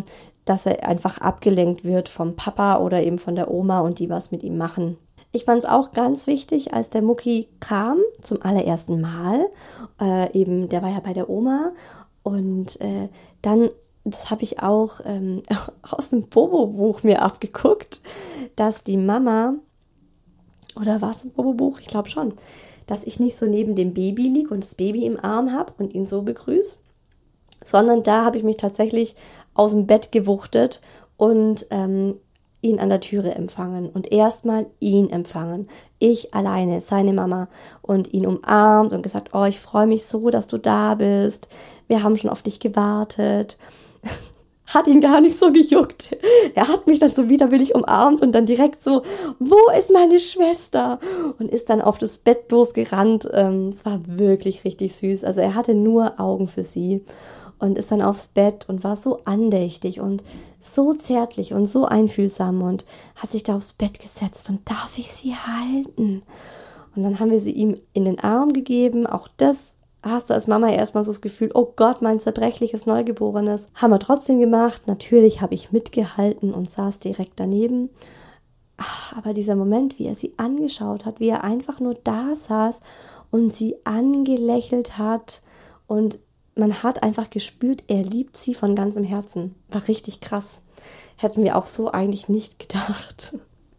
dass er einfach abgelenkt wird vom Papa oder eben von der Oma und die was mit ihm machen. Ich fand es auch ganz wichtig, als der Mucki kam zum allerersten Mal, äh, eben, der war ja bei der Oma und äh, dann, das habe ich auch ähm, aus dem Bobo-Buch mir abgeguckt, dass die Mama, oder war es ein Bobo-Buch? Ich glaube schon, dass ich nicht so neben dem Baby liege und das Baby im Arm habe und ihn so begrüße, sondern da habe ich mich tatsächlich aus dem Bett gewuchtet und ähm, ihn an der Türe empfangen und erstmal ihn empfangen. Ich alleine, seine Mama, und ihn umarmt und gesagt, oh, ich freue mich so, dass du da bist. Wir haben schon auf dich gewartet. Hat ihn gar nicht so gejuckt. Er hat mich dann so widerwillig umarmt und dann direkt so, wo ist meine Schwester? Und ist dann auf das Bett losgerannt. Es war wirklich richtig süß. Also er hatte nur Augen für sie. Und ist dann aufs Bett und war so andächtig und so zärtlich und so einfühlsam und hat sich da aufs Bett gesetzt und darf ich sie halten? Und dann haben wir sie ihm in den Arm gegeben. Auch das hast du als Mama erstmal so das Gefühl, oh Gott, mein zerbrechliches Neugeborenes. Haben wir trotzdem gemacht. Natürlich habe ich mitgehalten und saß direkt daneben. Ach, aber dieser Moment, wie er sie angeschaut hat, wie er einfach nur da saß und sie angelächelt hat und man hat einfach gespürt, er liebt sie von ganzem Herzen. War richtig krass. Hätten wir auch so eigentlich nicht gedacht.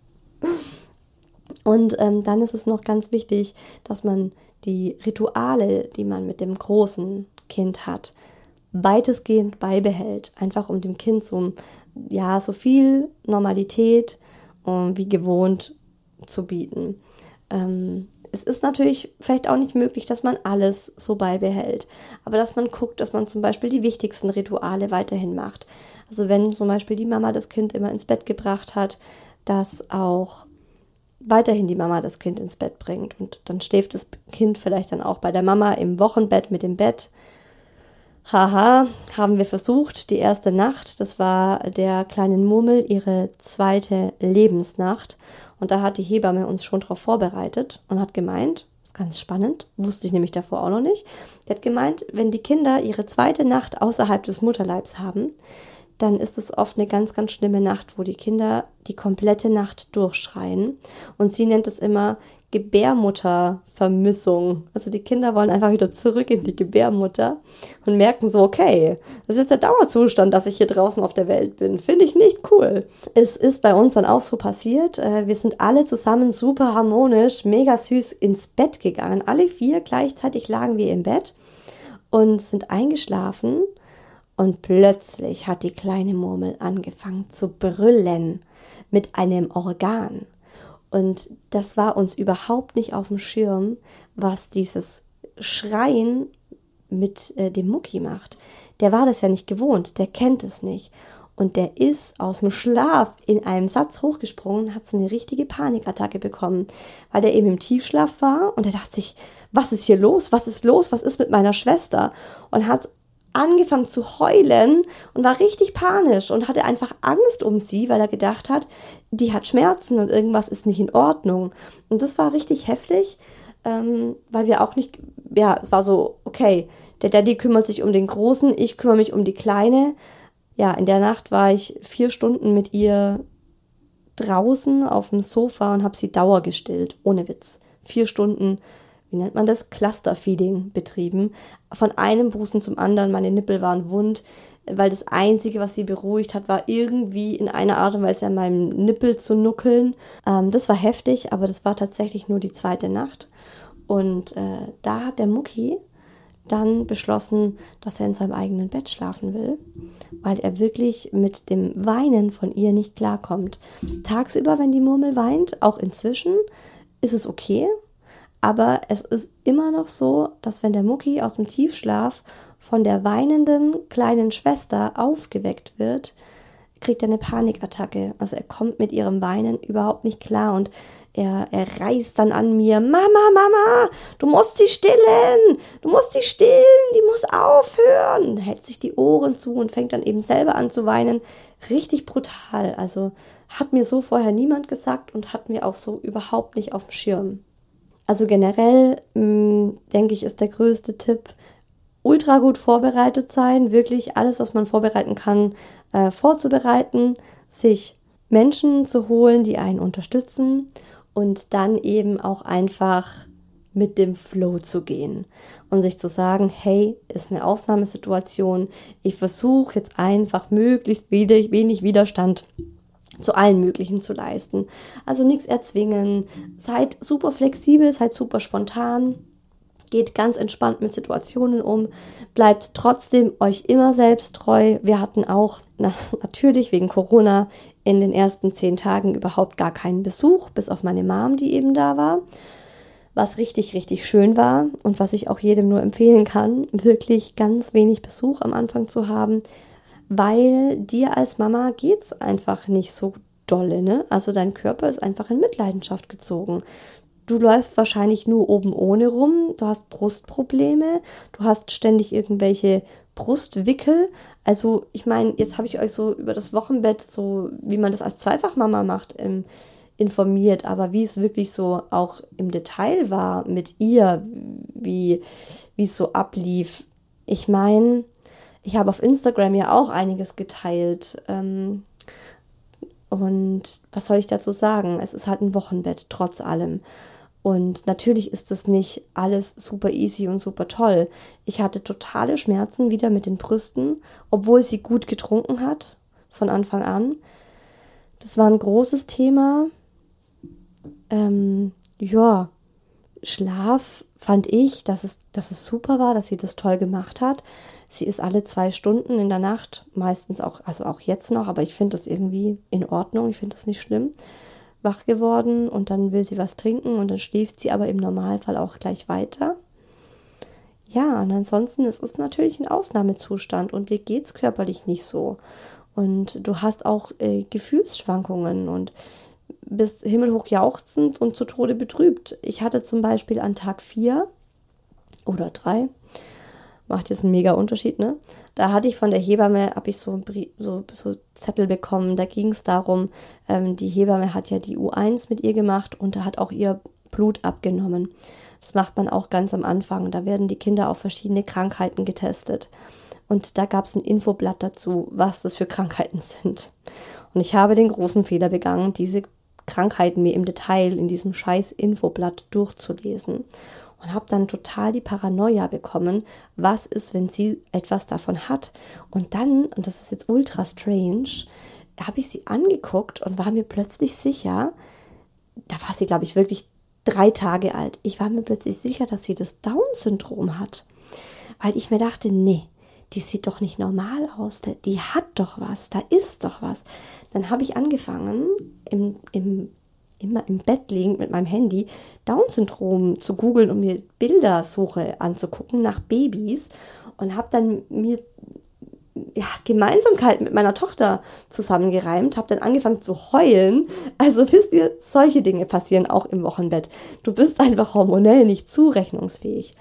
Und ähm, dann ist es noch ganz wichtig, dass man die Rituale, die man mit dem großen Kind hat, weitestgehend beibehält. Einfach um dem Kind so, ja, so viel Normalität um, wie gewohnt zu bieten. Ähm, Es ist natürlich vielleicht auch nicht möglich, dass man alles so beibehält, aber dass man guckt, dass man zum Beispiel die wichtigsten Rituale weiterhin macht. Also wenn zum Beispiel die Mama das Kind immer ins Bett gebracht hat, dass auch weiterhin die Mama das Kind ins Bett bringt und dann schläft das Kind vielleicht dann auch bei der Mama im Wochenbett mit dem Bett. Haha, haben wir versucht, die erste Nacht, das war der kleinen Murmel ihre zweite Lebensnacht. Und da hat die Hebamme uns schon darauf vorbereitet und hat gemeint, das ist ganz spannend, wusste ich nämlich davor auch noch nicht, die hat gemeint, wenn die Kinder ihre zweite Nacht außerhalb des Mutterleibs haben, dann ist es oft eine ganz, ganz schlimme Nacht, wo die Kinder die komplette Nacht durchschreien. Und sie nennt es immer Gebärmuttervermissung. Also die Kinder wollen einfach wieder zurück in die Gebärmutter und merken so, okay, das ist jetzt der Dauerzustand, dass ich hier draußen auf der Welt bin. Finde ich nicht cool. Es ist bei uns dann auch so passiert. Wir sind alle zusammen super harmonisch, mega süß ins Bett gegangen. Alle vier gleichzeitig lagen wir im Bett und sind eingeschlafen. Und plötzlich hat die kleine Murmel angefangen zu brüllen mit einem Organ. Und das war uns überhaupt nicht auf dem Schirm, was dieses Schreien mit äh, dem Mucki macht. Der war das ja nicht gewohnt, der kennt es nicht. Und der ist aus dem Schlaf in einem Satz hochgesprungen, hat so eine richtige Panikattacke bekommen, weil der eben im Tiefschlaf war und er dachte sich, was ist hier los, was ist los, was ist mit meiner Schwester? Und hat angefangen zu heulen und war richtig panisch und hatte einfach Angst um sie, weil er gedacht hat, die hat Schmerzen und irgendwas ist nicht in Ordnung. Und das war richtig heftig, ähm, weil wir auch nicht, ja, es war so, okay, der Daddy kümmert sich um den Großen, ich kümmere mich um die Kleine. Ja, in der Nacht war ich vier Stunden mit ihr draußen auf dem Sofa und habe sie dauergestillt, ohne Witz. Vier Stunden, wie nennt man das? Clusterfeeding betrieben. Von einem Busen zum anderen, meine Nippel waren wund, weil das Einzige, was sie beruhigt hat, war irgendwie in einer Art und Weise an meinem Nippel zu nuckeln. Ähm, das war heftig, aber das war tatsächlich nur die zweite Nacht. Und äh, da hat der Mucki dann beschlossen, dass er in seinem eigenen Bett schlafen will, weil er wirklich mit dem Weinen von ihr nicht klarkommt. Tagsüber, wenn die Murmel weint, auch inzwischen, ist es okay. Aber es ist immer noch so, dass wenn der Mucki aus dem Tiefschlaf von der weinenden kleinen Schwester aufgeweckt wird, kriegt er eine Panikattacke. Also er kommt mit ihrem Weinen überhaupt nicht klar und er, er reißt dann an mir, Mama, Mama, du musst sie stillen, du musst sie stillen, die muss aufhören. Hält sich die Ohren zu und fängt dann eben selber an zu weinen. Richtig brutal. Also hat mir so vorher niemand gesagt und hat mir auch so überhaupt nicht auf dem Schirm. Also generell, mh, denke ich, ist der größte Tipp, ultra gut vorbereitet sein, wirklich alles, was man vorbereiten kann, äh, vorzubereiten, sich Menschen zu holen, die einen unterstützen und dann eben auch einfach mit dem Flow zu gehen und sich zu sagen, hey, ist eine Ausnahmesituation, ich versuche jetzt einfach möglichst wenig Widerstand zu allen Möglichen zu leisten. Also nichts erzwingen, seid super flexibel, seid super spontan, geht ganz entspannt mit Situationen um, bleibt trotzdem euch immer selbst treu. Wir hatten auch na, natürlich wegen Corona in den ersten zehn Tagen überhaupt gar keinen Besuch, bis auf meine Mom, die eben da war. Was richtig, richtig schön war und was ich auch jedem nur empfehlen kann, wirklich ganz wenig Besuch am Anfang zu haben, weil dir als Mama geht's einfach nicht so dolle, ne? Also dein Körper ist einfach in Mitleidenschaft gezogen. Du läufst wahrscheinlich nur oben ohne rum, du hast Brustprobleme, du hast ständig irgendwelche Brustwickel. Also ich meine, jetzt habe ich euch so über das Wochenbett, so wie man das als Zweifachmama macht, im informiert, aber wie es wirklich so auch im Detail war mit ihr, wie, wie es so ablief. Ich meine, ich habe auf Instagram ja auch einiges geteilt. Ähm, und was soll ich dazu sagen? Es ist halt ein Wochenbett, trotz allem. Und natürlich ist das nicht alles super easy und super toll. Ich hatte totale Schmerzen wieder mit den Brüsten, obwohl sie gut getrunken hat, von Anfang an. Das war ein großes Thema. Ähm, ja, Schlaf fand ich, dass es, dass es super war, dass sie das toll gemacht hat. Sie ist alle zwei Stunden in der Nacht, meistens auch, also auch jetzt noch, aber ich finde das irgendwie in Ordnung, ich finde das nicht schlimm, wach geworden und dann will sie was trinken und dann schläft sie aber im Normalfall auch gleich weiter. Ja, und ansonsten ist es natürlich ein Ausnahmezustand und dir geht's körperlich nicht so. Und du hast auch äh, Gefühlsschwankungen und bist himmelhoch jauchzend und zu Tode betrübt. Ich hatte zum Beispiel an Tag vier oder drei, macht jetzt einen mega Unterschied, ne? Da hatte ich von der Hebamme, habe ich so, so, so Zettel bekommen, da ging es darum, ähm, die Hebamme hat ja die U eins mit ihr gemacht und da hat auch ihr Blut abgenommen. Das macht man auch ganz am Anfang. Da werden die Kinder auf verschiedene Krankheiten getestet. Und da gab es ein Infoblatt dazu, was das für Krankheiten sind. Und ich habe den großen Fehler begangen, diese Krankheiten mir im Detail in diesem scheiß Infoblatt durchzulesen. Und habe dann total die Paranoia bekommen, was ist, wenn sie etwas davon hat. Und dann, und das ist jetzt ultra strange, habe ich sie angeguckt und war mir plötzlich sicher, da war sie, glaube ich, wirklich drei Tage alt. Ich war mir plötzlich sicher, dass sie das Down-Syndrom hat. Weil ich mir dachte, nee, die sieht doch nicht normal aus, die hat doch was, da ist doch was. Dann habe ich angefangen, im, im, immer im Bett liegend mit meinem Handy Down-Syndrom zu googeln und mir Bildersuche anzugucken nach Babys und habe dann mir ja, Gemeinsamkeiten mit meiner Tochter zusammengereimt, habe dann angefangen zu heulen. Also wisst ihr, solche Dinge passieren auch im Wochenbett. Du bist einfach hormonell nicht zurechnungsfähig.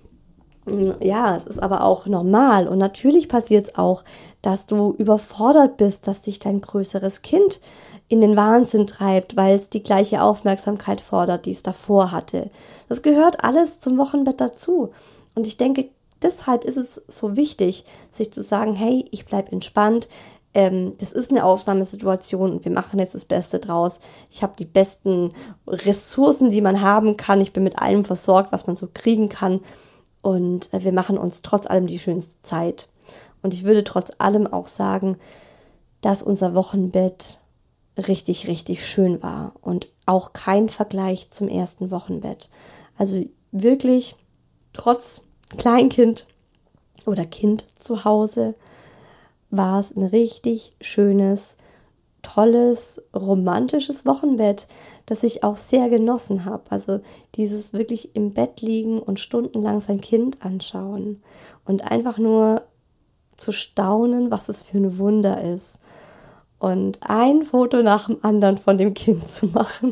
Ja, es ist aber auch normal und natürlich passiert es auch, dass du überfordert bist, dass dich dein größeres Kind in den Wahnsinn treibt, weil es die gleiche Aufmerksamkeit fordert, die es davor hatte. Das gehört alles zum Wochenbett dazu. Und ich denke, deshalb ist es so wichtig, sich zu sagen, hey, ich bleib entspannt, ähm, das ist eine Ausnahmesituation und wir machen jetzt das Beste draus. Ich habe die besten Ressourcen, die man haben kann. Ich bin mit allem versorgt, was man so kriegen kann. Und wir machen uns trotz allem die schönste Zeit. Und ich würde trotz allem auch sagen, dass unser Wochenbett richtig, richtig schön war. Und auch kein Vergleich zum ersten Wochenbett. Also wirklich, trotz Kleinkind oder Kind zu Hause, war es ein richtig schönes, tolles, romantisches Wochenbett, das ich auch sehr genossen habe. Also dieses wirklich im Bett liegen und stundenlang sein Kind anschauen und einfach nur zu staunen, was es für ein Wunder ist. Und ein Foto nach dem anderen von dem Kind zu machen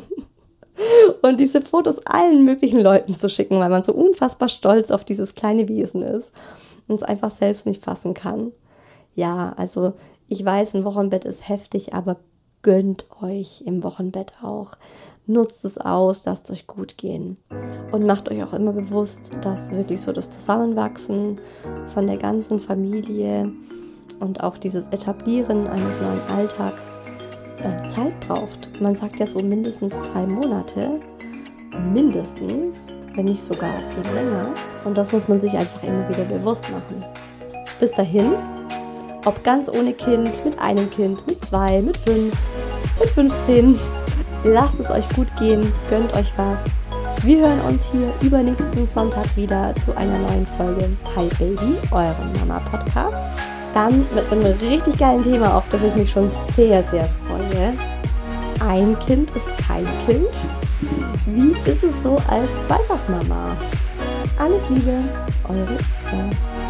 und diese Fotos allen möglichen Leuten zu schicken, weil man so unfassbar stolz auf dieses kleine Wesen ist und es einfach selbst nicht fassen kann. Ja, also ich weiß, ein Wochenbett ist heftig, aber gönnt euch im Wochenbett auch. Nutzt es aus, lasst es euch gut gehen. Und macht euch auch immer bewusst, dass wirklich so das Zusammenwachsen von der ganzen Familie und auch dieses Etablieren eines neuen Alltags äh, Zeit braucht. Man sagt ja so mindestens drei Monate. Mindestens, wenn nicht sogar viel länger. Und das muss man sich einfach immer wieder bewusst machen. Bis dahin, ob ganz ohne Kind, mit einem Kind, mit zwei, mit fünf, mit fünfzehn, lasst es euch gut gehen, gönnt euch was. Wir hören uns hier übernächsten Sonntag wieder zu einer neuen Folge Hi Baby, eurem Mama-Podcast. Dann mit einem richtig geilen Thema, auf das ich mich schon sehr, sehr freue. Ein Kind ist kein Kind. Wie ist es so als Zweifachmama? Alles Liebe, eure Isa.